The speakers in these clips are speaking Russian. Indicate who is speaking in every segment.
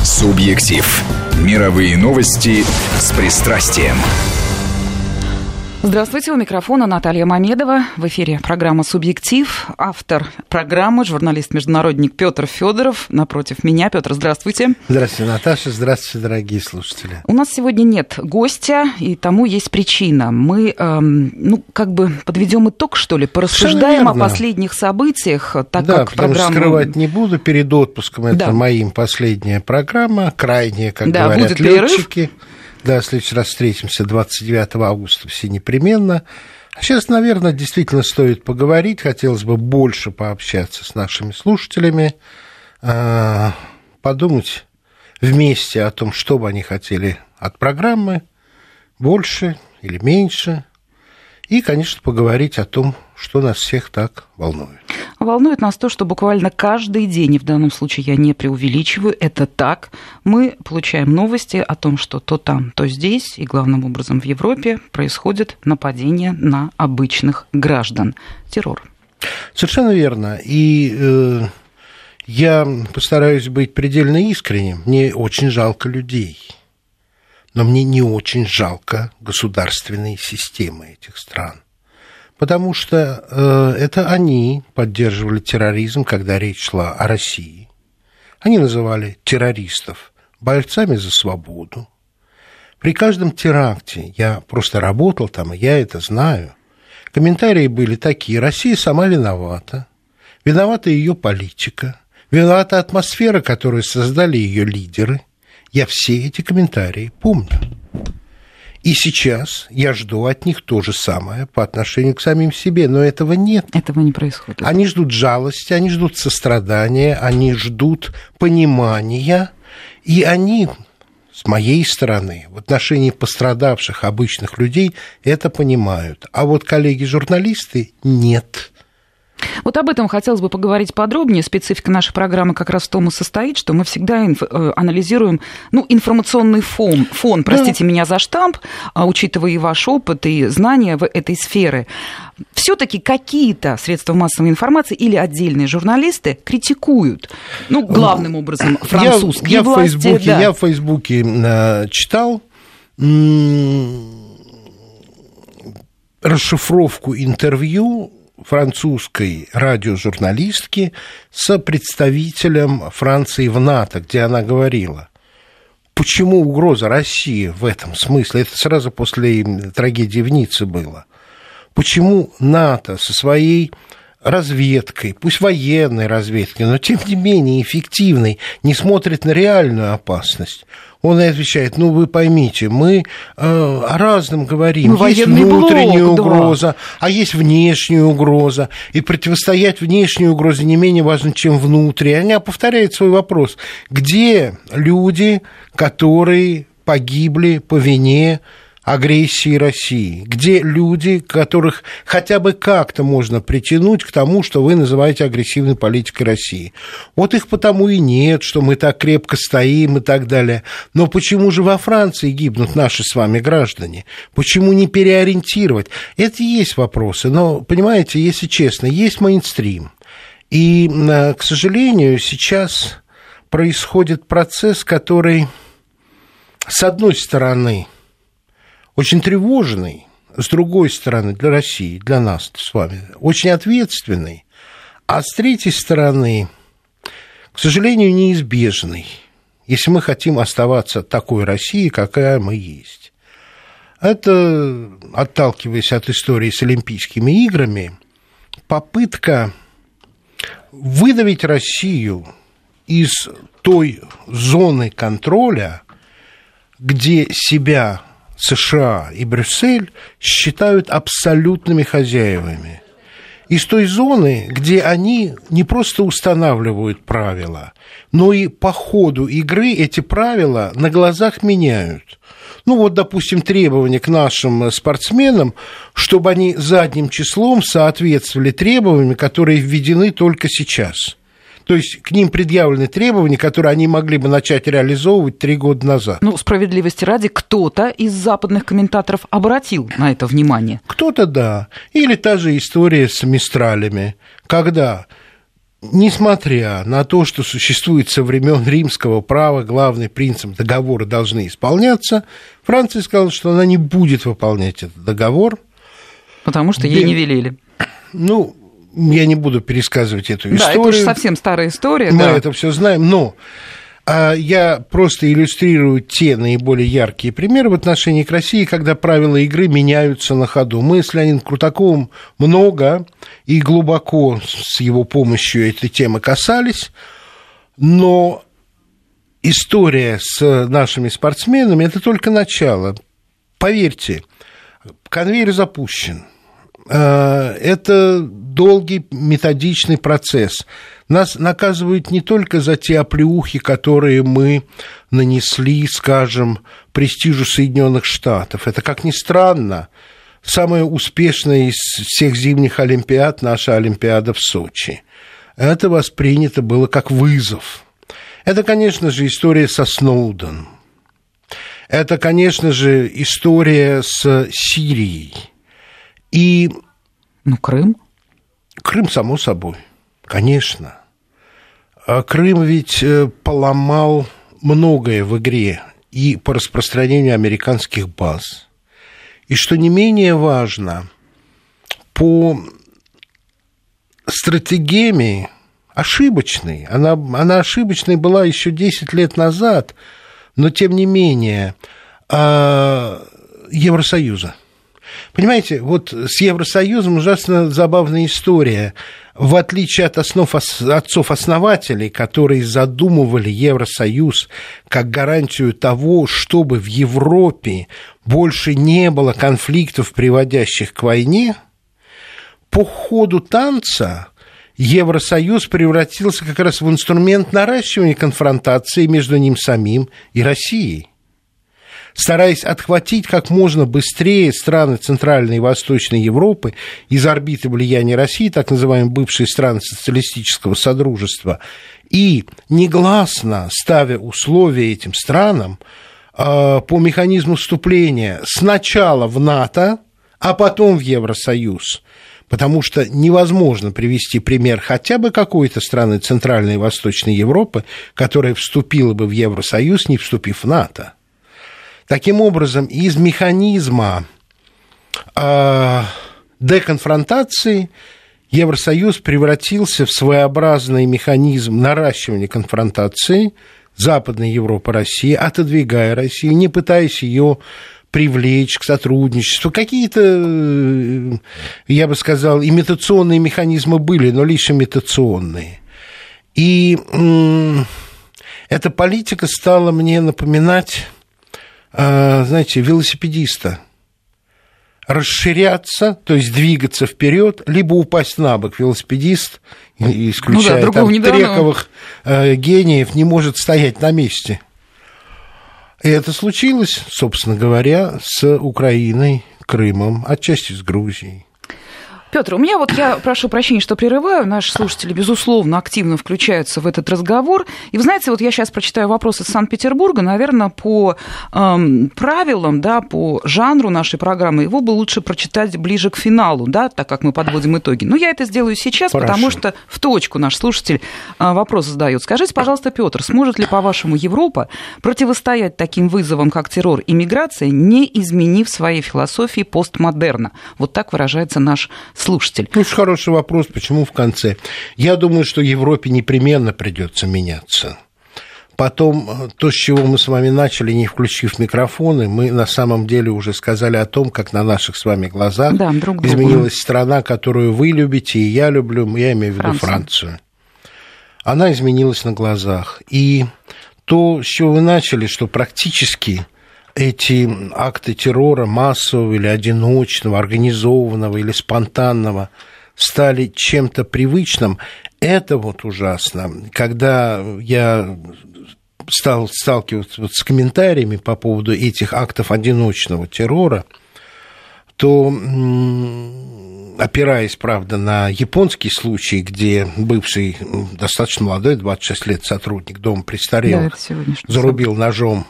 Speaker 1: Субъектив. Мировые новости с пристрастием.
Speaker 2: Здравствуйте, у микрофона Наталья Мамедова. В эфире программа «Субъектив». Автор программы, журналист-международник Петр Федоров. Напротив меня. Петр, здравствуйте.
Speaker 3: Здравствуйте, Наташа. Здравствуйте, дорогие слушатели.
Speaker 2: У нас сегодня нет гостя, и тому есть причина. Мы, подведем итог, что ли, порассуждаем о последних событиях, так как программа...
Speaker 3: скрывать не буду. Перед отпуском это моим последняя программа, крайняя, как говорят летчики. Да, в следующий раз встретимся 29 августа, все непременно. А сейчас, наверное, действительно стоит поговорить. Хотелось бы больше пообщаться с нашими слушателями, подумать вместе о том, что бы они хотели от программы, больше или меньше. И, конечно, поговорить о том, что нас всех так волнует.
Speaker 2: Волнует нас то, что буквально каждый день, и в данном случае я не преувеличиваю, это так, мы получаем новости о том, что то там, то здесь, и главным образом в Европе, происходит нападение на обычных граждан. Террор.
Speaker 3: Совершенно верно. И я постараюсь быть предельно искренним. Мне очень жалко людей. Но мне не очень жалко государственные системы этих стран. Потому что это они поддерживали терроризм, когда речь шла о России. Они называли террористов бойцами за свободу. При каждом теракте, я просто работал там, и я это знаю, комментарии были такие: Россия сама виновата, виновата ее политика, виновата атмосфера, которую создали ее лидеры. Я все эти комментарии помню. И сейчас я жду от них то же самое по отношению к самим себе, но этого нет.
Speaker 2: Этого не происходит.
Speaker 3: Они ждут жалости, они ждут сострадания, они ждут понимания, и они, с моей стороны, в отношении пострадавших обычных людей, это понимают. А вот коллеги-журналисты – нет.
Speaker 2: Вот об этом хотелось бы поговорить подробнее. Специфика нашей программы как раз в том и состоит, что мы всегда анализируем информационный фон, простите меня за штамп, учитывая и ваш опыт, и знания в этой сфере. Все-таки какие-то средства массовой информации или отдельные журналисты критикуют, главным образом, французские власти.
Speaker 3: Я в Фейсбуке читал расшифровку интервью французской радиожурналистки с представителем Франции в НАТО, где она говорила, почему угроза России в этом смысле, это сразу после трагедии в Ницце было, почему НАТО со своей разведкой, пусть военной разведкой, но тем не менее эффективной, не смотрит на реальную опасность. Он и отвечает: вы поймите, мы о разном говорим. Есть внутренняя угроза, а есть внешняя угроза. И противостоять внешней угрозе не менее важно, чем внутренней. Они повторяют свой вопрос. Где люди, которые погибли по вине агрессии России? Где люди, которых хотя бы как-то можно притянуть к тому, что вы называете агрессивной политикой России? Вот их потому и нет, что мы так крепко стоим и так далее. Но почему же во Франции гибнут наши с вами граждане? Почему не переориентировать? Это и есть вопросы. Но, понимаете, если честно, есть мейнстрим. И, к сожалению, сейчас происходит процесс, который, с одной стороны, очень тревожный, с другой стороны, для России, для нас с вами, очень ответственный, а с третьей стороны, к сожалению, неизбежный, если мы хотим оставаться такой Россией, какая мы есть. Это, отталкиваясь от истории с Олимпийскими играми, попытка выдавить Россию из той зоны контроля, где себя США и Брюссель считают абсолютными хозяевами. Из той зоны, где они не просто устанавливают правила, но и по ходу игры эти правила на глазах меняют. Допустим, требования к нашим спортсменам, чтобы они задним числом соответствовали требованиям, которые введены только сейчас. То есть к ним предъявлены требования, которые они могли бы начать реализовывать 3 года назад.
Speaker 2: Справедливости ради, кто-то из западных комментаторов обратил на это внимание.
Speaker 3: Кто-то, да. Или та же история с Мистралями, когда несмотря на то, что существует со времен римского права главный принцип договора должны исполняться, Франция сказала, что она не будет выполнять этот договор.
Speaker 2: Потому что ей не велели.
Speaker 3: Ну, я не буду пересказывать эту историю.
Speaker 2: Да, это уже совсем старая история.
Speaker 3: Мы это все знаем, но я просто иллюстрирую те наиболее яркие примеры в отношении к России, когда правила игры меняются на ходу. Мы с Леонидом Крутаковым много и глубоко с его помощью этой темы касались, но история с нашими спортсменами – это только начало. Поверьте, конвейер запущен. Это долгий методичный процесс. Нас наказывают не только за те оплеухи, которые мы нанесли, скажем, престижу Соединенных Штатов. Это, как ни странно, самая успешная из всех зимних олимпиад наша Олимпиада в Сочи. Это воспринято было как вызов. Это, конечно же, история со Сноуден. Это, конечно же, история с Сирией. И...
Speaker 2: Ну, Крым?
Speaker 3: Крым, само собой, конечно. А Крым ведь поломал многое в игре и по распространению американских баз. И, что не менее важно, по стратегеме ошибочной, она ошибочной была еще 10 лет назад, но, тем не менее, Евросоюза. Понимаете, вот с Евросоюзом ужасно забавная история. В отличие от отцов-основателей, которые задумывали Евросоюз как гарантию того, чтобы в Европе больше не было конфликтов, приводящих к войне, по ходу танца Евросоюз превратился как раз в инструмент наращивания конфронтации между ним самим и Россией. Стараясь отхватить как можно быстрее страны Центральной и Восточной Европы из орбиты влияния России, так называемые бывшие страны социалистического содружества, и негласно ставя условия этим странам по механизму вступления сначала в НАТО, а потом в Евросоюз. Потому что невозможно привести пример хотя бы какой-то страны Центральной и Восточной Европы, которая вступила бы в Евросоюз, не вступив в НАТО. Таким образом, из механизма деконфронтации Евросоюз превратился в своеобразный механизм наращивания конфронтации Западной Европы, России, отодвигая Россию, не пытаясь ее привлечь к сотрудничеству. Какие-то, я бы сказал, имитационные механизмы были, но лишь имитационные. И эта политика стала мне напоминать, знаете, велосипедиста. Расширяться, то есть двигаться вперед, либо упасть на бок. Велосипедист, исключая трековых гениев, не может стоять на месте. И это случилось, собственно говоря, с Украиной, Крымом, отчасти с Грузией.
Speaker 2: Петр, я прошу прощения, что прерываю, наши слушатели, безусловно, активно включаются в этот разговор. И вы знаете, я сейчас прочитаю вопрос из Санкт-Петербурга, наверное, по правилам, да, по жанру нашей программы, его бы лучше прочитать ближе к финалу, да, так как мы подводим итоги. Но я это сделаю сейчас, Хорошо. Потому что в точку наш слушатель вопрос задает. Скажите, пожалуйста, Петр, сможет ли, по-вашему, Европа противостоять таким вызовам, как террор и миграция, не изменив своей философии постмодерна? Вот так выражается наш слушатель.
Speaker 3: Ну, хороший вопрос, почему в конце? Я думаю, что Европе непременно придется меняться. Потом, то, с чего мы с вами начали, не включив микрофоны, мы на самом деле уже сказали о том, как на наших с вами глазах изменилась страна, которую вы любите, и я люблю, я имею в виду Францию. Она изменилась на глазах. И то, с чего вы начали, что практически эти акты террора массового или одиночного, организованного или спонтанного стали чем-то привычным, это вот ужасно. Когда я стал сталкиваться с комментариями по поводу этих актов одиночного террора, то, опираясь, правда, на японский случай, где бывший, достаточно молодой, 26 лет, сотрудник Дома престарелых, зарубил ножом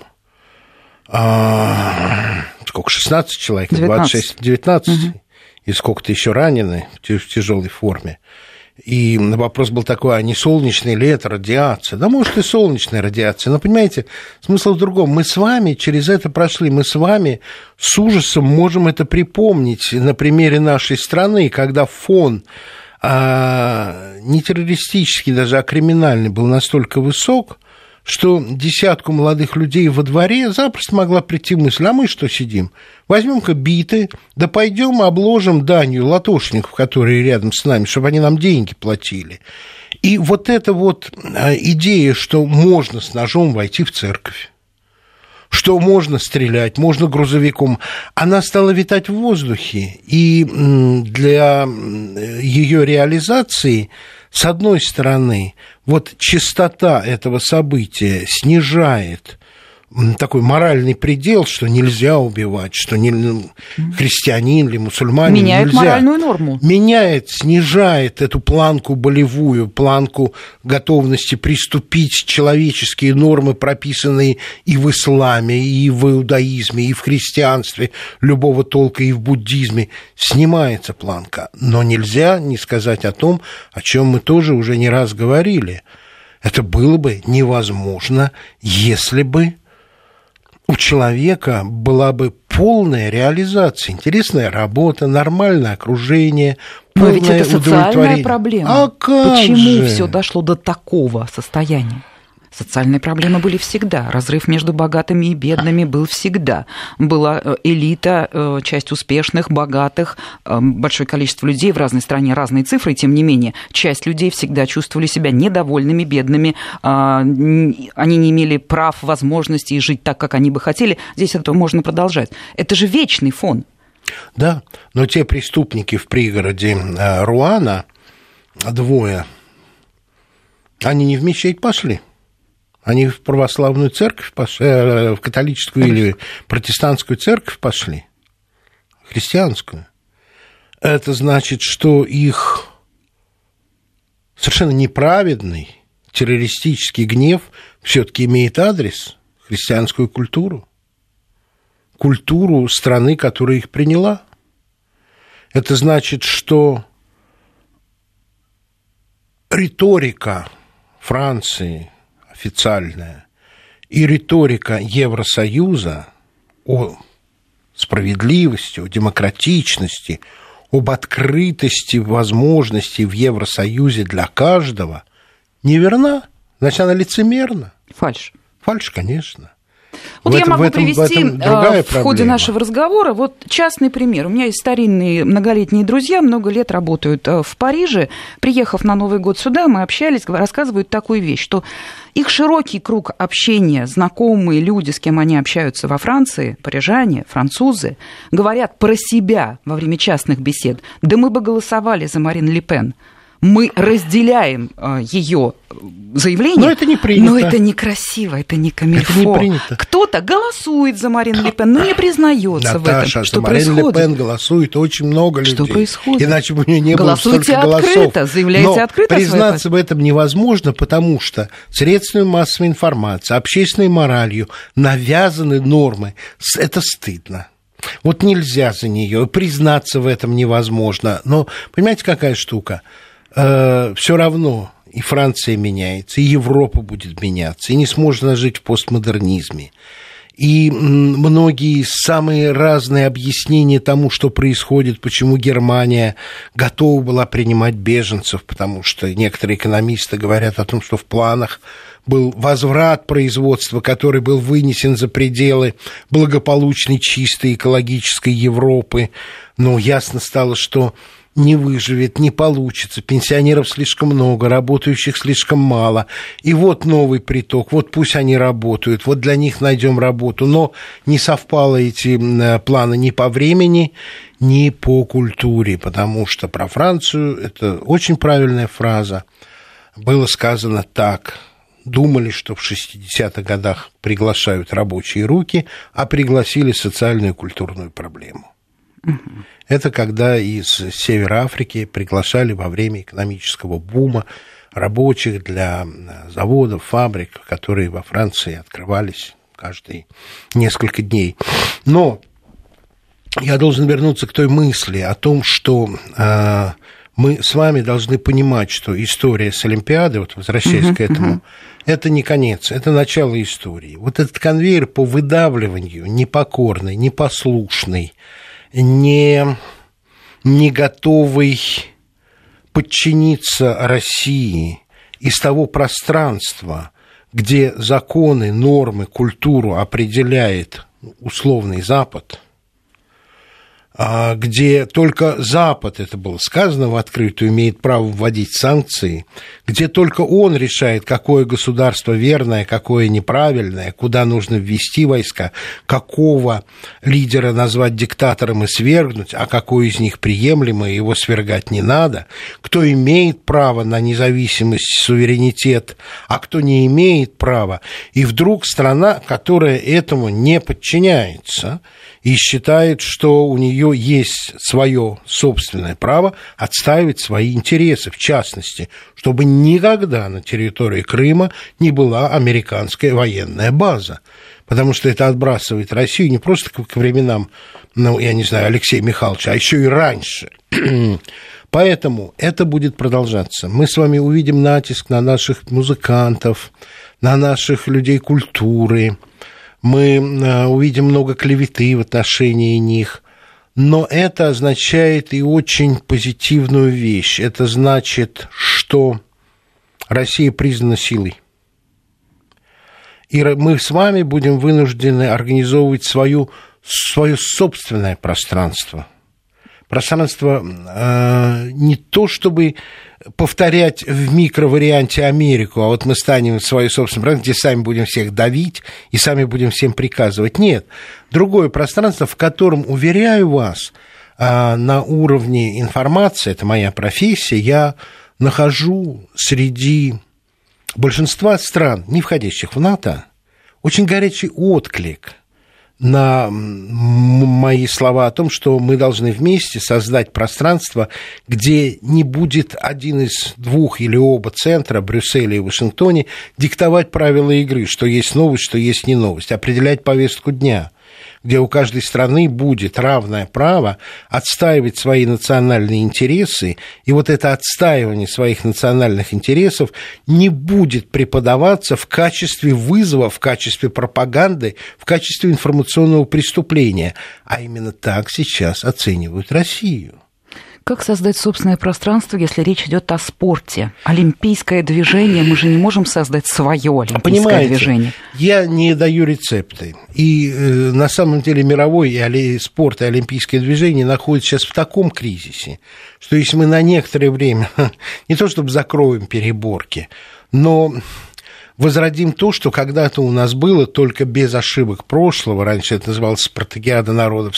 Speaker 3: 16 человек, 19, и сколько-то еще ранены в тяжелой форме. И вопрос был такой, а не солнечная ли это радиация? Да, может, и солнечная радиация. Но, понимаете, смысл в другом. Мы с вами через это прошли. Мы с вами с ужасом можем это припомнить на примере нашей страны, когда фон не террористический даже, а криминальный был настолько высок, что десятку молодых людей во дворе запросто могла прийти мысль, а мы что сидим? Возьмем-ка биты, да пойдем обложим данью латошников, которые рядом с нами, чтобы они нам деньги платили. И вот эта вот идея, что можно с ножом войти в церковь, что можно стрелять, можно грузовиком, она стала витать в воздухе. И для ее реализации, с одной стороны, вот частота этого события снижает такой моральный предел, что нельзя убивать, что христианин или мусульманин
Speaker 2: меняет
Speaker 3: нельзя.
Speaker 2: Моральную норму.
Speaker 3: Меняет, снижает эту планку болевую, планку готовности приступить человеческие нормы, прописанные и в исламе, и в иудаизме, и в христианстве любого толка, и в буддизме. Снимается планка. Но нельзя не сказать о том, о чем мы тоже уже не раз говорили. Это было бы невозможно, если бы у человека была бы полная реализация, интересная работа, нормальное окружение, полное удовлетворение.
Speaker 2: Но ведь это социальная проблема.
Speaker 3: А как
Speaker 2: Почему
Speaker 3: же?
Speaker 2: все дошло до такого состояния? Социальные проблемы были всегда. Разрыв между богатыми и бедными был всегда. Была элита, часть успешных, богатых, большое количество людей в разной стране, разные цифры, тем не менее, часть людей всегда чувствовали себя недовольными, бедными, они не имели прав, возможностей жить так, как они бы хотели. Здесь это можно продолжать. Это же вечный фон.
Speaker 3: Да, но те преступники в пригороде Руана, двое, они не в мечеть пошли. Они в православную церковь пошли, в католическую или протестантскую церковь пошли, христианскую. Это значит, что их совершенно неправедный террористический гнев все-таки имеет адрес, христианскую культуру, культуру страны, которая их приняла. Это значит, что риторика Франции официальная и риторика Евросоюза о справедливости, о демократичности, об открытости возможностей в Евросоюзе для каждого неверна, значит, она лицемерна.
Speaker 2: Фальшь.
Speaker 3: Фальшь, конечно.
Speaker 2: Вот я могу привести в ходе нашего разговора вот частный пример. У меня есть старинные многолетние друзья, много лет работают в Париже. Приехав на Новый год сюда, мы общались, рассказывают такую вещь, что их широкий круг общения, знакомые люди, с кем они общаются во Франции, парижане, французы, говорят про себя во время частных бесед. Да мы бы голосовали за Марин Ле Пен. Мы разделяем ее заявление,
Speaker 3: но это не принято.
Speaker 2: Но это некрасиво, это не камильфо.
Speaker 3: Это не принято.
Speaker 2: Кто-то голосует за Марин Ле Пен, но не признается в этом. Что
Speaker 3: за Марин Ле Пен голосует очень много людей.
Speaker 2: Что происходит?
Speaker 3: Иначе бы у нее не было столько голосов.
Speaker 2: Голосуйте открыто, заявляйте открыто.
Speaker 3: Но признаться в этом невозможно, потому что средствами массовой информации, общественной моралью навязаны нормы. Это стыдно. Вот нельзя за нее, признаться в этом невозможно. Но понимаете, какая штука? Все равно и Франция меняется, и Европа будет меняться, и не сможет она жить в постмодернизме. И многие самые разные объяснения тому, что происходит, почему Германия готова была принимать беженцев, потому что некоторые экономисты говорят о том, что в планах был возврат производства, который был вынесен за пределы благополучной, чистой, экологической Европы. Но ясно стало, что не выживет, не получится, пенсионеров слишком много, работающих слишком мало. И вот новый приток, вот пусть они работают, вот для них найдем работу. Но не совпало эти планы ни по времени, ни по культуре, потому что про Францию, это очень правильная фраза, было сказано так: думали, что в 60-х годах приглашают рабочие руки, а пригласили социальную и культурную проблему. Это когда из Севера Африки приглашали во время экономического бума рабочих для заводов, фабрик, которые во Франции открывались каждые несколько дней. Но я должен вернуться к той мысли о том, что мы с вами должны понимать, что история с Олимпиадой, вот возвращаясь к этому, это не конец, это начало истории. Вот этот конвейер по выдавливанию непокорный, непослушный, не готовый подчиниться России из того пространства, где законы, нормы, культуру определяет условный Запад, где только Запад, это было сказано в открытую, имеет право вводить санкции, где только он решает, какое государство верное, какое неправильное, куда нужно ввести войска, какого лидера назвать диктатором и свергнуть, а какой из них приемлемо, его свергать не надо, кто имеет право на независимость, суверенитет, а кто не имеет права. И вдруг страна, которая этому не подчиняется и считает, что у нее есть свое собственное право отстаивать свои интересы, в частности, чтобы никогда на территории Крыма не была американская военная база, потому что это отбрасывает Россию не просто к временам, я не знаю, Алексея Михайловича, а еще и раньше. Поэтому это будет продолжаться. Мы с вами увидим натиск на наших музыкантов, на наших людей культуры, мы увидим много клеветы в отношении них, но это означает и очень позитивную вещь. Это значит, что Россия признана силой. И мы с вами будем вынуждены организовывать свое собственное пространство. Пространство не то, чтобы повторять в микроварианте Америку, а вот мы станем в свое собственное пространство, где сами будем всех давить и сами будем всем приказывать. Нет, другое пространство, в котором, уверяю вас, на уровне информации, это моя профессия, я нахожу среди большинства стран, не входящих в НАТО, очень горячий отклик на мои слова о том, что мы должны вместе создать пространство, где не будет один из двух или оба центра, Брюсселе и Вашингтоне, диктовать правила игры, что есть новость, что есть не новость, определять повестку дня, где у каждой страны будет равное право отстаивать свои национальные интересы, и вот это отстаивание своих национальных интересов не будет преподаваться в качестве вызова, в качестве пропаганды, в качестве информационного преступления. А именно так сейчас оценивают Россию.
Speaker 2: Как создать собственное пространство, если речь идет о спорте? Олимпийское движение, мы же не можем создать свое олимпийское движение.
Speaker 3: Я не даю рецепты. И на самом деле мировой спорт и олимпийское движение находятся сейчас в таком кризисе, что если мы на некоторое время, не то чтобы закроем переборки, но возродим то, что когда-то у нас было, только без ошибок прошлого. Раньше это называлось Спартакиада народов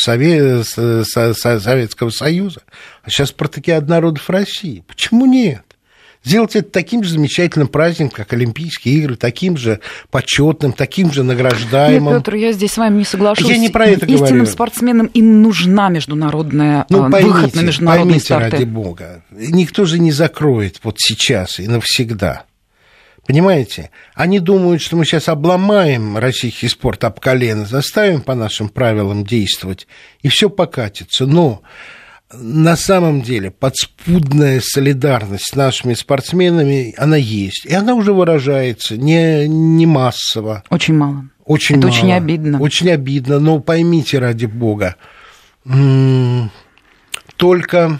Speaker 3: Советского Союза, а сейчас Спартакиада народов России. Почему нет? Сделать это таким же замечательным праздником, как Олимпийские игры, таким же почетным, таким же награждаемым.
Speaker 2: Нет, Петр, я здесь с вами не соглашусь.
Speaker 3: Я не про это говорю.
Speaker 2: Истинным спортсменам им нужна международная выход на международные старты.
Speaker 3: Ради бога, никто же не закроет вот сейчас и навсегда. Понимаете? Они думают, что мы сейчас обломаем российский спорт об колено, заставим по нашим правилам действовать, и все покатится. Но на самом деле подспудная солидарность с нашими спортсменами, она есть. И она уже выражается не массово.
Speaker 2: Очень мало.
Speaker 3: Очень
Speaker 2: Это
Speaker 3: мало.
Speaker 2: очень обидно.
Speaker 3: Очень обидно. Но поймите, ради бога, только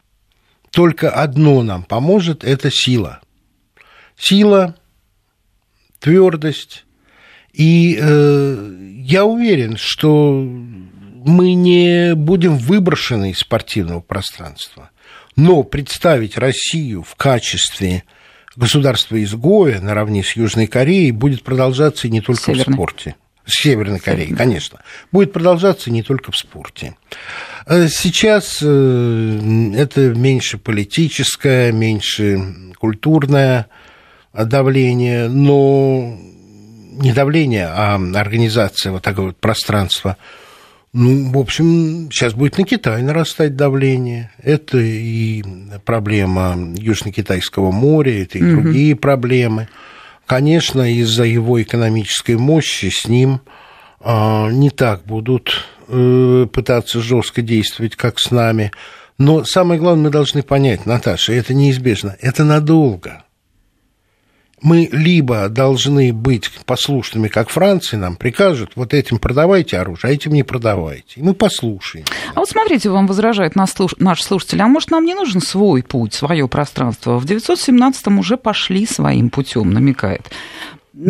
Speaker 3: одно нам поможет – это сила. Сила, твердость. И я уверен, что мы не будем выброшены из спортивного пространства. Но представить Россию в качестве государства-изгоя наравне с Южной Кореей будет продолжаться и не только в спорте. Северной Кореей, конечно. Будет продолжаться не только в спорте. Сейчас это меньше политическое, меньше культурное давление, но не давление, а организация вот такого вот пространства. Ну, в общем, сейчас будет на Китай нарастать давление. Это и проблема Южно-Китайского моря, это и другие проблемы. Конечно, из-за его экономической мощи с ним не так будут пытаться жестко действовать, как с нами. Но самое главное, мы должны понять, Наташа, это неизбежно, это надолго. Мы либо должны быть послушными, как Франция нам прикажет, вот этим продавайте оружие, а этим не продавайте. И мы послушаем.
Speaker 2: А вот смотрите, вам возражает наш слушатель, а может, нам не нужен свой путь, свое пространство? В 917-м уже пошли своим путем, намекает.
Speaker 3: В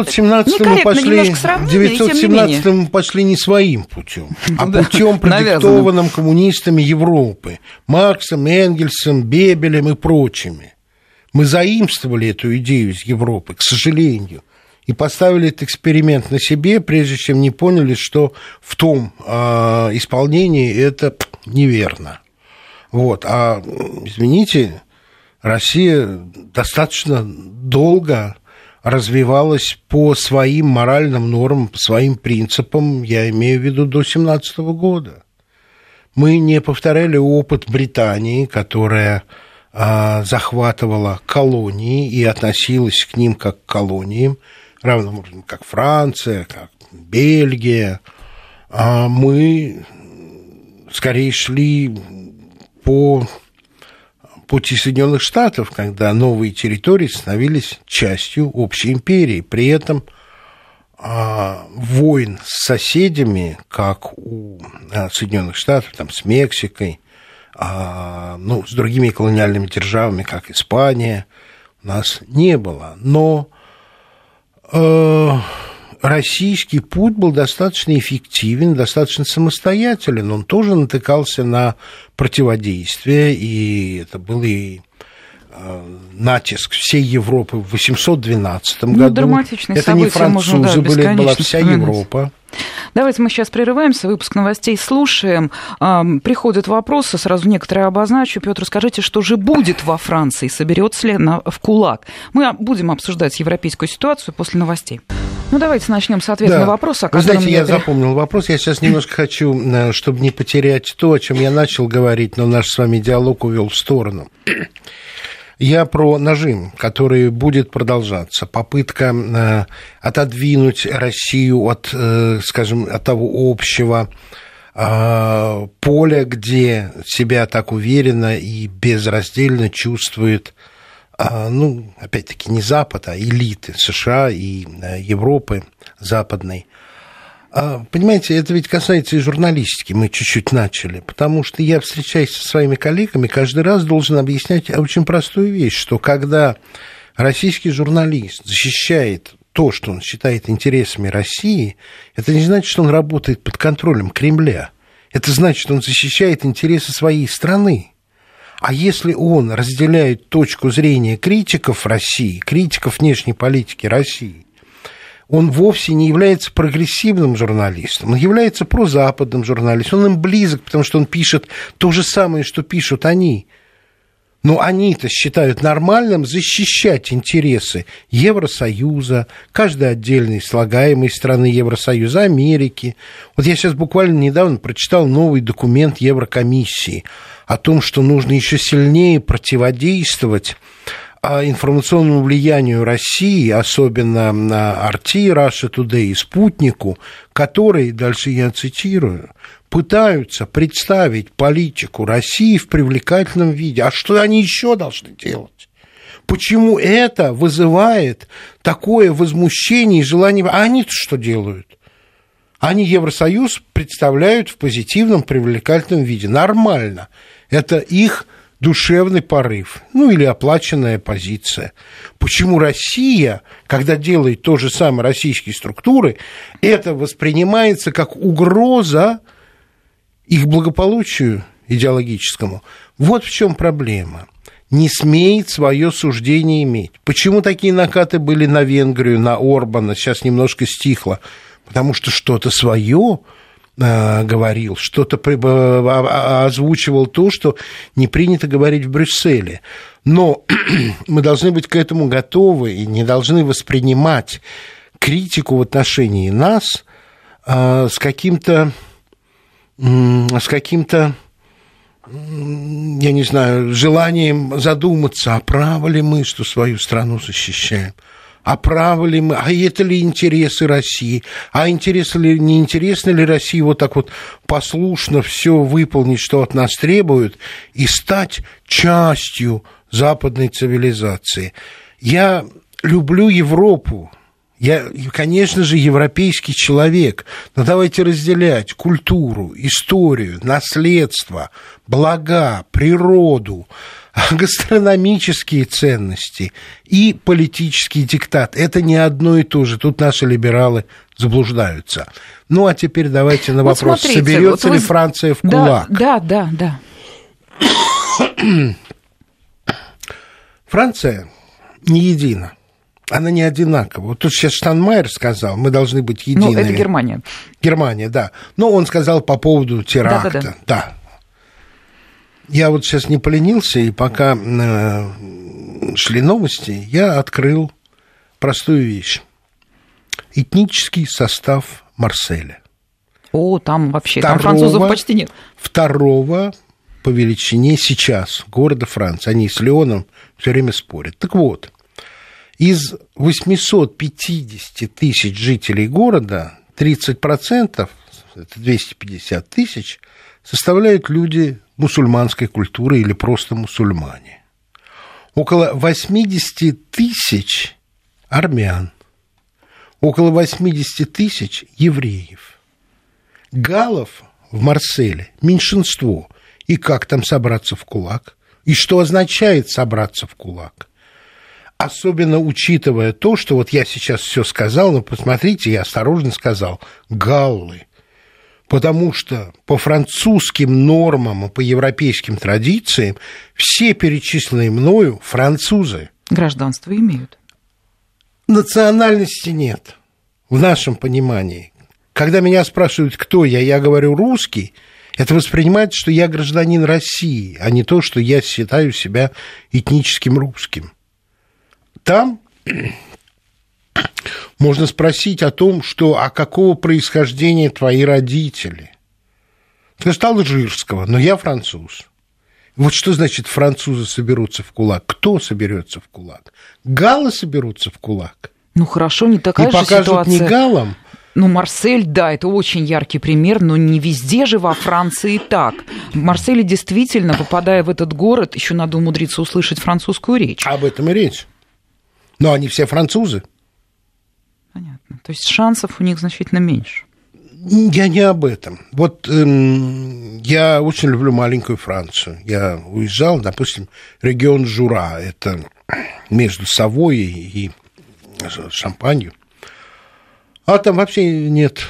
Speaker 3: 917-м пошли не своим путем, а путем, продиктованным коммунистами Европы, Марксом, Энгельсом, Бебелем и прочими. Мы заимствовали эту идею из Европы, к сожалению, и поставили этот эксперимент на себе, прежде чем не поняли, что в том исполнении это неверно. Вот. А, извините, Россия достаточно долго развивалась по своим моральным нормам, по своим принципам, я имею в виду до 1917 года. Мы не повторяли опыт Британии, которая захватывала колонии и относилась к ним как к колониям, равным образом, как Франция, как Бельгия. Мы скорее шли по пути Соединенных Штатов, когда новые территории становились частью общей империи. При этом войн с соседями, как у Соединенных Штатов, там, с Мексикой, с другими колониальными державами, как Испания, у нас не было. Но российский путь был достаточно эффективен, достаточно самостоятелен. Он тоже натыкался на противодействие, и это был и натиск всей Европы в 812 году.
Speaker 2: Драматичные
Speaker 3: это не французы были, это была вся Европа.
Speaker 2: Давайте мы сейчас прерываемся, выпуск новостей слушаем. Приходят вопросы, сразу некоторые обозначу. Петр, скажите, что же будет во Франции? Соберется ли она в кулак? Мы будем обсуждать европейскую ситуацию после новостей. Давайте начнем с ответа на вопрос.
Speaker 3: Вы знаете, я запомнил вопрос. Я сейчас немножко хочу, чтобы не потерять то, о чем я начал говорить, но наш с вами диалог увел в сторону. Я про нажим, который будет продолжаться. Попытка отодвинуть Россию от, скажем, от того общего поля, где себя так уверенно и безраздельно чувствует, опять-таки, не Запад, а элиты США и Европы западной. Понимаете, это ведь касается и журналистики, мы чуть-чуть начали, потому что я, встречаясь со своими коллегами, каждый раз должен объяснять очень простую вещь, что когда российский журналист защищает то, что он считает интересами России, это не значит, что он работает под контролем Кремля, это значит, что он защищает интересы своей страны. А если он разделяет точку зрения критиков России, критиков внешней политики России, он вовсе не является прогрессивным журналистом, он является прозападным журналистом, он им близок, потому что он пишет то же самое, что пишут они. Но они-то считают нормальным защищать интересы Евросоюза, каждой отдельной слагаемой страны Евросоюза, Америки. Вот я сейчас буквально недавно прочитал новый документ Еврокомиссии о том, что нужно еще сильнее противодействовать информационному влиянию России, особенно на RT, Russia Today и Спутнику, которые, дальше я цитирую, пытаются представить политику России в привлекательном виде. А что они еще должны делать? Почему это вызывает такое возмущение и желание? А они-то что делают? Они Евросоюз представляют в позитивном, привлекательном виде. Нормально. Это их душевный порыв, или оплаченная позиция. Почему Россия, когда делает то же самое российские структуры, это воспринимается как угроза их благополучию идеологическому? Вот в чем проблема. Не смеет свое суждение иметь. Почему такие накаты были на Венгрию, на Орбана? Сейчас немножко стихло. Потому что что-то свое говорил, что-то озвучивал то, что не принято говорить в Брюсселе. Но мы должны быть к этому готовы и не должны воспринимать критику в отношении нас с каким-то, я не знаю, желанием задуматься, а правы ли мы, что свою страну защищаем, А правы ли мы, а это ли интересы России, а интересно ли, не интересно ли России вот так вот послушно все выполнить, что от нас требуют, и стать частью западной цивилизации. Я люблю Европу, я, конечно же, европейский человек, но давайте разделять культуру, историю, наследство, блага, природу, гастрономические ценности и политический диктат. Это не одно и то же. Тут наши либералы заблуждаются. Ну, а теперь давайте на вопрос, смотрите, соберется ли Франция в кулак?
Speaker 2: Да.
Speaker 3: Франция не едина. Она не одинакова. Вот тут сейчас Штайнмайер сказал, мы должны быть едины.
Speaker 2: Ну, это Германия.
Speaker 3: Германия, да. Но он сказал по поводу теракта. Да. Я вот сейчас не поленился, и пока шли новости, я открыл простую вещь. Этнический состав Марселя.
Speaker 2: О, там вообще, там французов почти нет.
Speaker 3: Второго по величине сейчас города Франции. Они с Лионом все время спорят. Так вот, из 850 тысяч жителей города 30%, это 250 тысяч, составляют люди мусульманской культуры или просто мусульмане. Около 80 тысяч армян, около 80 тысяч евреев. Галлов в Марселе меньшинство. И как там собраться в кулак? И что означает собраться в кулак? Особенно учитывая то, что вот я сейчас все сказал, но посмотрите, я осторожно сказал, галлы. Потому что по французским нормам и по европейским традициям все перечисленные мною французы.
Speaker 2: Гражданство имеют.
Speaker 3: Национальности нет в нашем понимании. Когда меня спрашивают, кто я говорю русский, это воспринимается, что я гражданин России, а не то, что я считаю себя этническим русским. Там можно спросить о том, а какого происхождения твои родители. Ты стал алжирского, но я француз. Вот что значит французы соберутся в кулак? Кто соберется в кулак? Галлы соберутся в кулак.
Speaker 2: Ну хорошо, не такая
Speaker 3: и
Speaker 2: же ситуация.
Speaker 3: И покажут не галлам.
Speaker 2: Ну, Марсель, да, это очень яркий пример, но не везде же во Франции так. В Марселе действительно, попадая в этот город, еще надо умудриться услышать французскую речь.
Speaker 3: Об этом и речь. Но они все французы.
Speaker 2: Понятно. То есть шансов у них значительно меньше.
Speaker 3: Я не об этом. Вот я очень люблю маленькую Францию. Я уезжал, допустим, регион Жура. Это между Савойей и Шампанью. А там вообще нет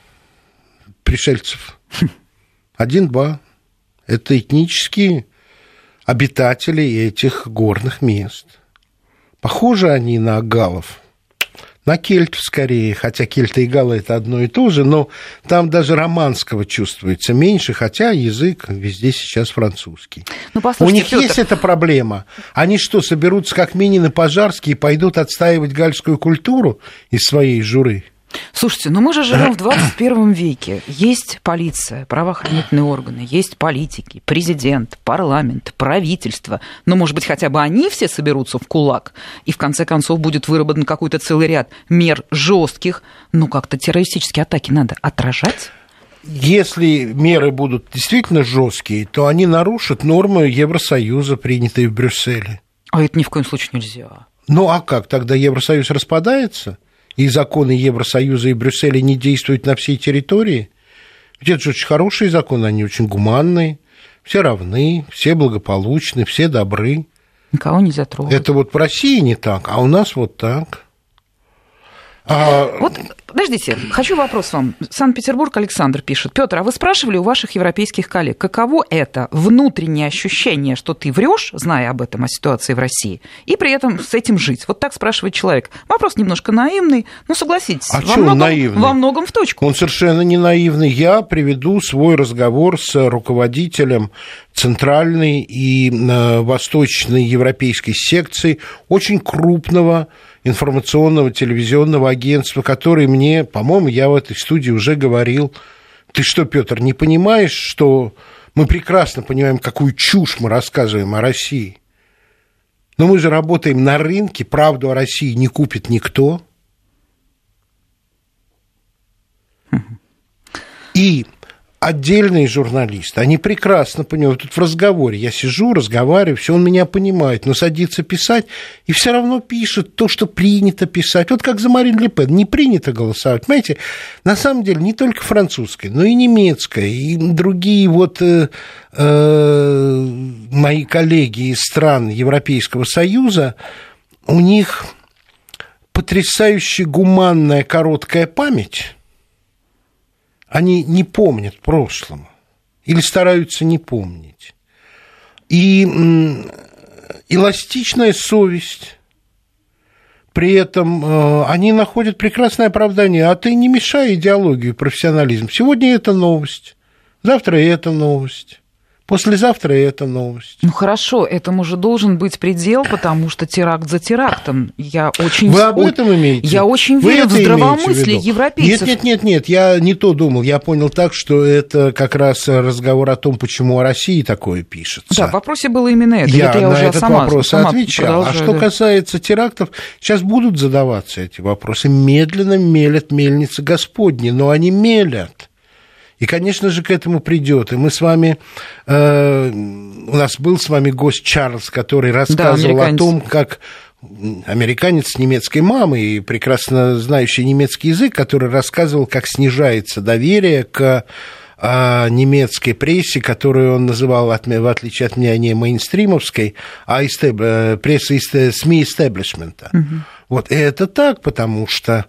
Speaker 3: пришельцев. 1-2. Это этнические обитатели этих горных мест. Похожи они на галлов. На кельтов скорее, хотя кельты и галлы это одно и то же, но там даже романского чувствуется меньше, хотя язык везде сейчас французский.
Speaker 2: Ну,
Speaker 3: у них Пётр... есть эта проблема. Они что, соберутся как Минин и Пожарский и пойдут отстаивать гальскую культуру из своей журы?
Speaker 2: Слушайте, ну мы же живем в 21 веке. Есть полиция, правоохранительные органы, есть политики, президент, парламент, правительство. Но, может быть, хотя бы они все соберутся в кулак, и в конце концов будет выработан какой-то целый ряд мер жестких. Ну, как-то террористические атаки надо отражать.
Speaker 3: Если меры будут действительно жесткие, то они нарушат нормы Евросоюза, принятые в Брюсселе.
Speaker 2: А это ни в коем случае нельзя.
Speaker 3: Ну, а как? Тогда Евросоюз распадается? И законы Евросоюза и Брюсселя не действуют на всей территории. Ведь это же очень хорошие законы, они очень гуманные, все равны, все благополучны, все добры.
Speaker 2: Никого нельзя трогать.
Speaker 3: Это вот в России не так, а у нас вот так.
Speaker 2: Вот, подождите, хочу вопрос вам. Санкт-Петербург, Александр пишет. Пётр, а вы спрашивали у ваших европейских коллег, каково это внутреннее ощущение, что ты врешь, зная об этом, о ситуации в России, и при этом с этим жить? Вот так спрашивает человек. Вопрос немножко наивный, но согласитесь, во многом в точку.
Speaker 3: Он совершенно не наивный. Я приведу свой разговор с руководителем центральной и восточной европейской секции очень крупного информационного телевизионного агентства, который мне, по-моему, я в этой студии уже говорил, ты что, Пётр, не понимаешь, что мы прекрасно понимаем, какую чушь мы рассказываем о России? Но мы же работаем на рынке, правду о России не купит никто. И отдельные журналисты, они прекрасно понимают. Тут в разговоре я сижу, разговариваю, все, он меня понимает, но садится писать, и все равно пишет то, что принято писать. Вот как за Марин Ле Пен, не принято голосовать. Понимаете, на самом деле не только французская, но и немецкая, и другие вот мои коллеги из стран Европейского Союза, у них потрясающе гуманная короткая память. Они не помнят прошлого или стараются не помнить. И эластичная совесть. При этом они находят прекрасное оправдание. А ты не мешай идеологию и профессионализм. Сегодня это новость, завтра это новость. Послезавтра это новость.
Speaker 2: Ну хорошо, этому же должен быть предел, потому что теракт за терактом.
Speaker 3: Вы об этом имеете?
Speaker 2: Я очень верю в здравомыслие европейцев.
Speaker 3: Нет, я не то думал. Я понял так, что это как раз разговор о том, почему о России такое пишется.
Speaker 2: Да, в вопросе было именно это.
Speaker 3: Я
Speaker 2: на
Speaker 3: уже этот вопрос отвечал. А что касается терактов, сейчас будут задаваться эти вопросы. Медленно мелят мельницы Господни, но они мелят. И, конечно же, к этому придет. И мы с вами... у нас был с вами гость Чарльз, который рассказывал о том, как американец с немецкой мамой, и прекрасно знающий немецкий язык, который рассказывал, как снижается доверие к немецкой прессе, которую он называл, в отличие от меня, не мейнстримовской, а прессой СМИ истеблишмента. Вот. И это так, потому что...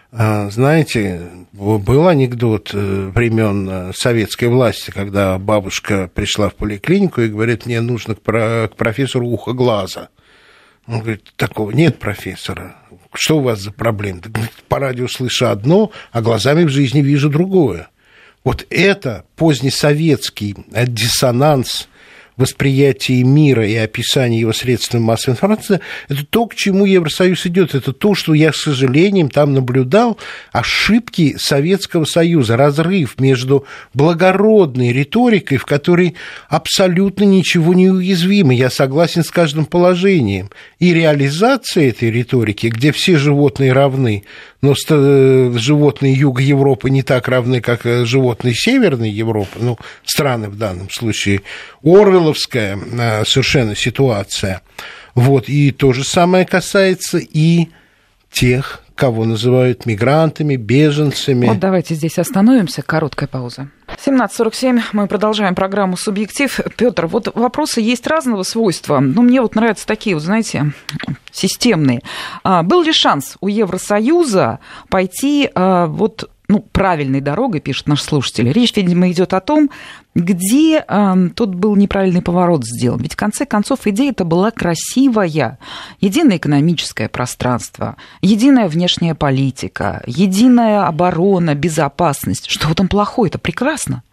Speaker 3: Знаете, был анекдот времен советской власти, когда бабушка пришла в поликлинику и говорит, мне нужно к профессору ухо глаза. Он говорит, такого нет профессора. Что у вас за проблема? По радио слышу одно, а глазами в жизни вижу другое. Вот это позднесоветский диссонанс восприятие мира и описание его средствами массовой информации, это то, к чему Евросоюз идет. Это то, что я, к сожалению, там наблюдал, ошибки Советского Союза, разрыв между благородной риторикой, в которой абсолютно ничего не уязвимо, я согласен с каждым положением, и реализацией этой риторики, где все животные равны, но животные Юга Европы не так равны, как животные Северной Европы, ну, страны в данном случае, орвелловская совершенно ситуация. Вот, и то же самое касается и тех, кого называют мигрантами, беженцами.
Speaker 2: Вот давайте здесь остановимся, короткая пауза. 17:47, мы продолжаем программу «Субъектив». Пётр, вот вопросы есть разного свойства, но мне вот нравятся такие, вот знаете, системные. Был ли шанс у Евросоюза пойти вот правильной дорогой, пишет наш слушатель? Речь, видимо, идет о том, где тут был неправильный поворот сделан. Ведь в конце концов идея-то была красивая. Единое экономическое пространство, единая внешняя политика, единая оборона, безопасность. Что в этом плохое? Это прекрасно.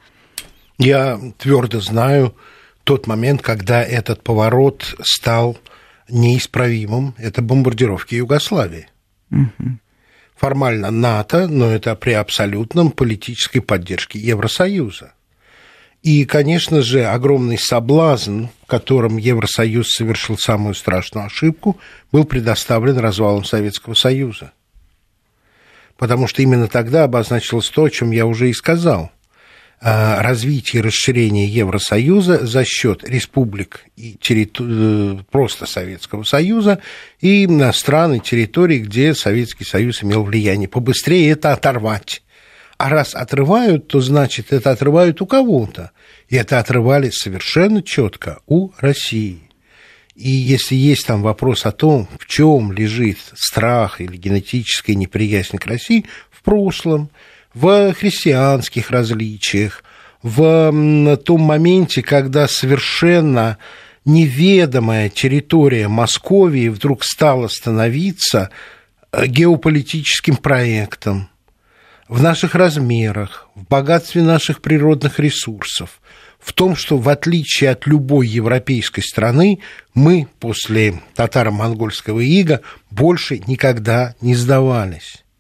Speaker 3: Я твердо знаю тот момент, когда этот поворот стал неисправимым. Это бомбардировки Югославии. Угу. Формально НАТО, но это при абсолютном политической поддержке Евросоюза. И, конечно же, огромный соблазн, в котором Евросоюз совершил самую страшную ошибку, был предоставлен развалом Советского Союза. Потому что именно тогда обозначилось то, о чем я уже и сказал. Развитие и расширение Евросоюза за счет республик и просто Советского Союза и стран и территорий, где Советский Союз имел влияние. Побыстрее это оторвать. А раз отрывают, то значит, это отрывают у кого-то. И это отрывали совершенно четко у России. И если есть там вопрос о том, в чем лежит страх или генетическая неприязнь к России, в прошлом, в христианских различиях, в том моменте, когда совершенно неведомая территория Московии вдруг стала становиться геополитическим проектом, в наших размерах, в богатстве наших природных ресурсов, в том, что в отличие от любой европейской страны, мы после татаро-монгольского ига больше никогда не сдавались.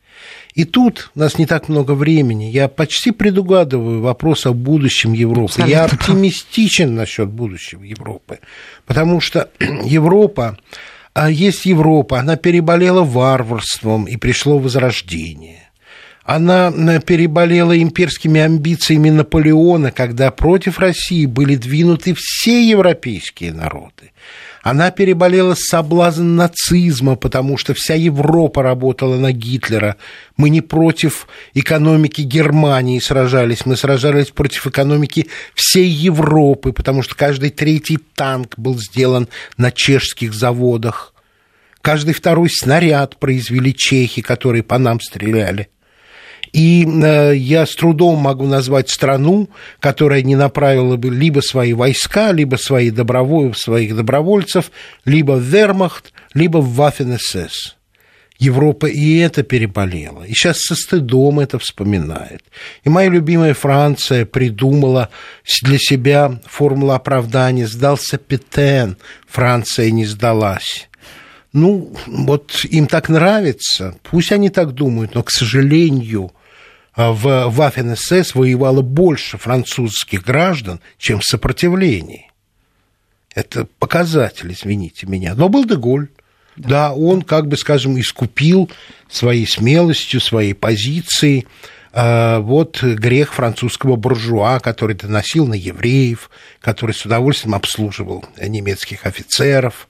Speaker 3: И тут у нас не так много времени. Я почти предугадываю вопрос о будущем Европы. Абсолютно. Я оптимистичен насчет будущего Европы, потому что Европа, есть Европа, она переболела варварством, и пришло возрождение. Она переболела имперскими амбициями Наполеона, когда против России были двинуты все европейские народы. Она переболела соблазн нацизма, потому что вся Европа работала на Гитлера. Мы не против экономики Германии сражались, мы сражались против экономики всей Европы, потому что каждый третий танк был сделан на чешских заводах. Каждый второй снаряд произвели чехи, которые по нам стреляли. И я с трудом могу назвать страну, которая не направила бы либо свои войска, либо своих добровольцев, либо в Вермахт, либо в Waffen-СС. Европа и это переболела. И сейчас со стыдом это вспоминает. И моя любимая Франция придумала для себя формулу оправдания. Сдался Петен, Франция не сдалась. Ну, вот им так нравится, пусть они так думают, но, к сожалению, в Waffen-СС воевало больше французских граждан, чем в сопротивлении. Это показатель, извините меня. Но был де-Голь. Да, он, как бы, скажем, искупил своей смелостью, своей позицией вот грех французского буржуа, который доносил на евреев, который с удовольствием обслуживал немецких офицеров.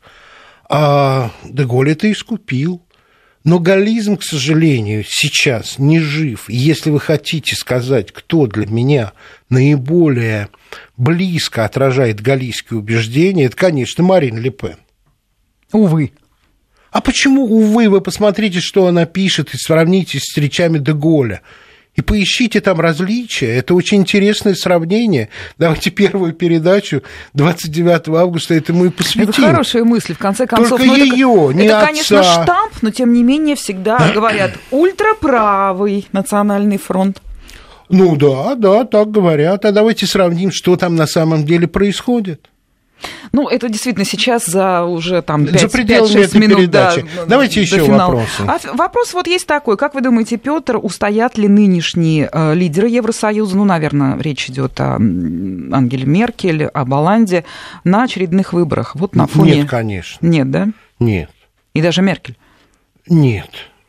Speaker 3: де-Голь это искупил. Но галлизм, к сожалению, сейчас не жив. И если вы хотите сказать, кто для меня наиболее близко отражает галлийские убеждения, это, конечно, Марин Ле Пен.
Speaker 2: Увы.
Speaker 3: А почему, увы? Вы посмотрите, что она пишет, и сравните с речами де-Голля. И поищите там различия. Это очень интересное сравнение. Давайте первую передачу 29 августа этому и посвятим.
Speaker 2: Это хорошая мысль, в конце концов.
Speaker 3: Только ее, не
Speaker 2: это,
Speaker 3: отца.
Speaker 2: Конечно, штамп, но тем не менее всегда говорят ультраправый национальный фронт.
Speaker 3: Ну да, так говорят. А давайте сравним, что там на самом деле происходит.
Speaker 2: Ну, это действительно сейчас за уже там 5-6
Speaker 3: минут
Speaker 2: передачи.
Speaker 3: Давайте еще вопросы.
Speaker 2: Вопрос вот есть такой. Как вы думаете, Пётр, устоят ли нынешние лидеры Евросоюза, ну, наверное, речь идет о Ангеле Меркель, об Оланде, на очередных выборах? Вот на фоне...
Speaker 3: Нет, конечно.
Speaker 2: Нет, да?
Speaker 3: Нет.
Speaker 2: И даже Меркель?
Speaker 3: Нет,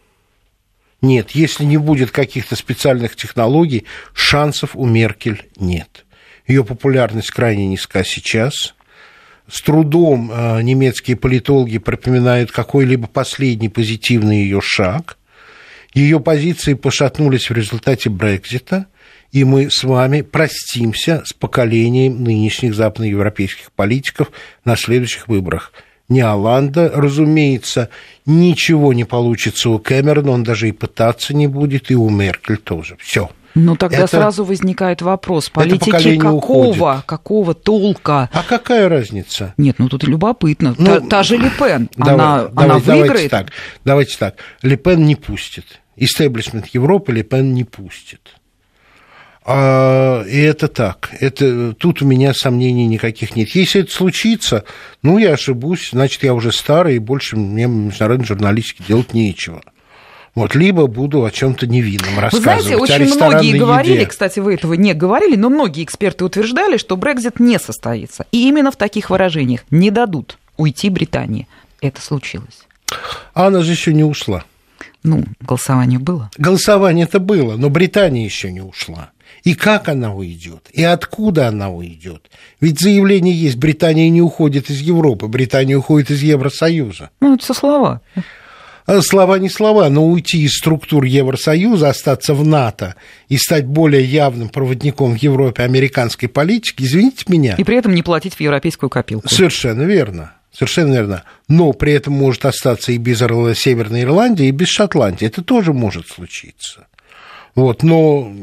Speaker 3: если не будет каких-то специальных технологий, шансов у Меркель нет. Ее популярность крайне низка сейчас. С трудом немецкие политологи припоминают какой-либо последний позитивный ее шаг. Ее позиции пошатнулись в результате Брексита, и мы с вами простимся с поколением нынешних западноевропейских политиков на следующих выборах. Не Оланда, разумеется, ничего не получится у Кэмерона, он даже и пытаться не будет, и у Меркель тоже. Все.
Speaker 2: Ну, тогда сразу возникает вопрос, политики какого толка?
Speaker 3: А какая разница?
Speaker 2: Нет, ну тут любопытно. Та же Ле Пен, она выиграет?
Speaker 3: Давайте так. Ле Пен не пустит. Истеблишмент Европы Ле Пен не пустит. И это так. Тут у меня сомнений никаких нет. Если это случится, ну, я ошибусь, значит, я уже старый, и больше мне в международной журналистике делать нечего. Вот, либо буду о чем-то невинном рассказывать.
Speaker 2: Вы знаете, очень многие говорили, кстати, вы этого не говорили, но многие эксперты утверждали, что Брексит не состоится. И именно в таких выражениях не дадут уйти Британии. Это случилось.
Speaker 3: А она же еще не ушла.
Speaker 2: Ну, голосование было.
Speaker 3: Голосование-то было, но Британия еще не ушла. И как она уйдет? И откуда она уйдет? Ведь заявление есть: Британия не уходит из Европы, Британия уходит из Евросоюза.
Speaker 2: Ну, это все слова.
Speaker 3: Слова не слова, но уйти из структур Евросоюза, остаться в НАТО и стать более явным проводником в Европе американской политики, извините меня.
Speaker 2: И при этом не платить в европейскую копилку.
Speaker 3: Совершенно верно. Но при этом может остаться и без Северной Ирландии, и без Шотландии. Это тоже может случиться. Вот, но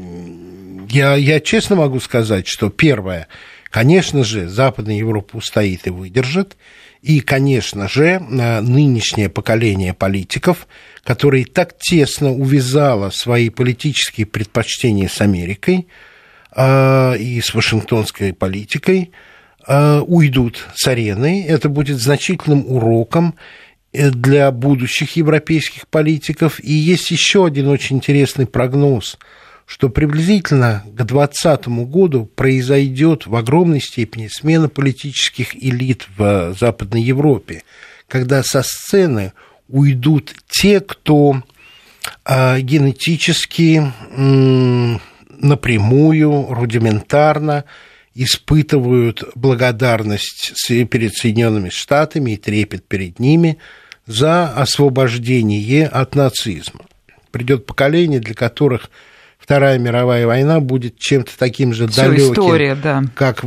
Speaker 3: я честно могу сказать, что первое, конечно же, Западная Европа устоит и выдержит. И, конечно же, нынешнее поколение политиков, которое так тесно увязало свои политические предпочтения с Америкой и с вашингтонской политикой, уйдут с арены. Это будет значительным уроком для будущих европейских политиков. И есть еще один очень интересный прогноз, что приблизительно к 2020 году произойдет в огромной степени смена политических элит в Западной Европе, когда со сцены уйдут те, кто генетически напрямую, рудиментарно испытывают благодарность перед Соединенными Штатами и трепет перед ними за освобождение от нацизма. Придет поколение, для которых Вторая мировая война будет чем-то таким же далеким, как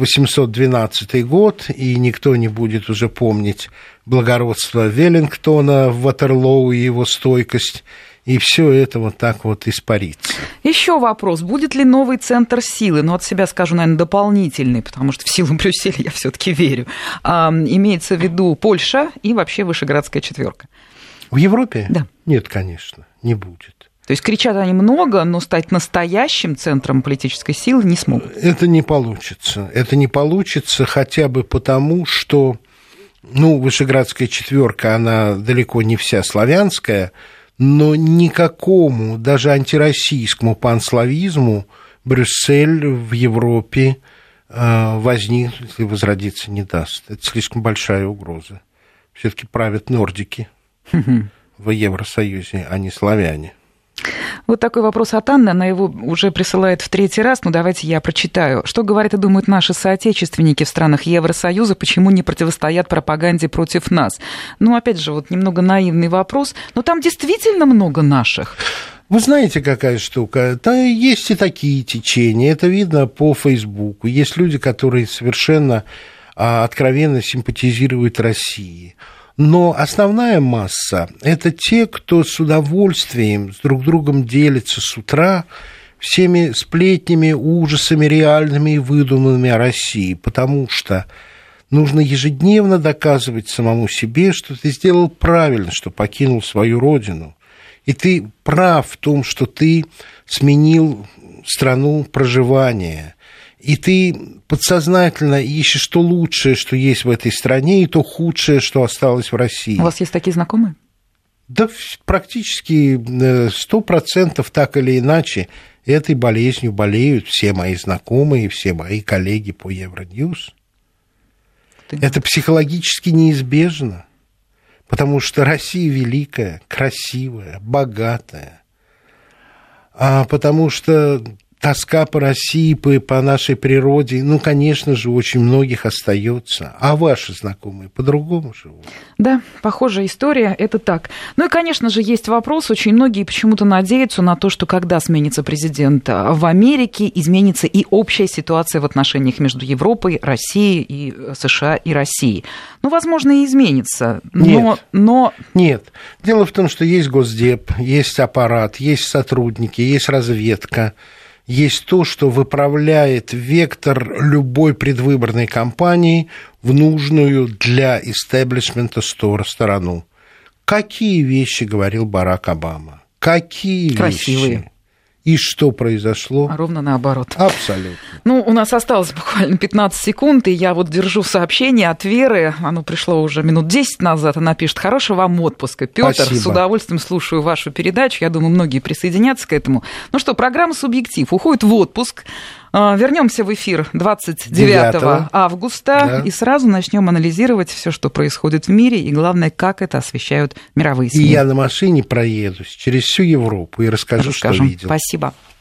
Speaker 3: 812 год, и никто не будет уже помнить благородство Веллингтона в Ватерлоу и его стойкость, и все это вот так вот испарится.
Speaker 2: Еще вопрос. Будет ли новый центр силы? Ну, от себя скажу, наверное, дополнительный, потому что в силу Брюсселя я все-таки верю. Имеется в виду Польша и вообще Вышеградская четверка.
Speaker 3: В Европе?
Speaker 2: Да.
Speaker 3: Нет, конечно, не будет.
Speaker 2: То есть кричат они много, но стать настоящим центром политической силы не смогут.
Speaker 3: Это не получится. Это не получится хотя бы потому, что, Вышеградская четверка, она далеко не вся славянская, но никакому, даже антироссийскому панславизму Брюссель в Европе возникнуть и возродиться не даст. Это слишком большая угроза. Все-таки правят нордики в Евросоюзе, а не славяне.
Speaker 2: Вот такой вопрос от Анны, она его уже присылает в 3-й раз, но давайте я прочитаю. Что говорят и думают наши соотечественники в странах Евросоюза, почему не противостоят пропаганде против нас? Опять же, вот немного наивный вопрос, но там действительно много наших.
Speaker 3: Вы знаете, какая штука? Да, есть и такие течения, это видно по Фейсбуку. Есть люди, которые совершенно откровенно симпатизируют России. Но основная масса – это те, кто с удовольствием с друг другом делится с утра всеми сплетнями, ужасами реальными и выдуманными о России, потому что нужно ежедневно доказывать самому себе, что ты сделал правильно, что покинул свою родину. И ты прав в том, что ты сменил страну проживания. И ты подсознательно ищешь то лучшее, что есть в этой стране, и то худшее, что осталось в России.
Speaker 2: У вас есть такие знакомые?
Speaker 3: Да, практически 100% так или иначе этой болезнью болеют все мои знакомые, все мои коллеги по Евроньюз. Это психологически неизбежно, потому что Россия великая, красивая, богатая, потому что тоска по России, по нашей природе, конечно же, очень многих остается. А ваши знакомые по-другому живут?
Speaker 2: Да, похожая история, это так. И, конечно же, есть вопрос. Очень многие почему-то надеются на то, что когда сменится президент в Америке, изменится и общая ситуация в отношениях между Европой, Россией и США и Россией. Возможно, и изменится.
Speaker 3: Нет. Дело в том, что есть Госдеп, есть аппарат, есть сотрудники, есть разведка. Есть то, что выправляет вектор любой предвыборной кампании в нужную для истеблишмента сторону. Какие вещи говорил Барак Обама? Какие
Speaker 2: красивые
Speaker 3: вещи? И что произошло?
Speaker 2: Ровно наоборот.
Speaker 3: Абсолютно.
Speaker 2: У нас осталось буквально 15 секунд, и я держу сообщение от Веры. Оно пришло уже минут 10 назад. Она пишет: хорошего вам отпуска, Пётр.
Speaker 3: Спасибо.
Speaker 2: С удовольствием слушаю вашу передачу. Я думаю, многие присоединятся к этому. Программа «Субъектив» уходит в отпуск. Вернемся в эфир 29 августа, да. И сразу начнем анализировать все, что происходит в мире, и главное, как это освещают мировые СМИ.
Speaker 3: И я на машине проедусь через всю Европу и расскажу, что видел.
Speaker 2: Спасибо.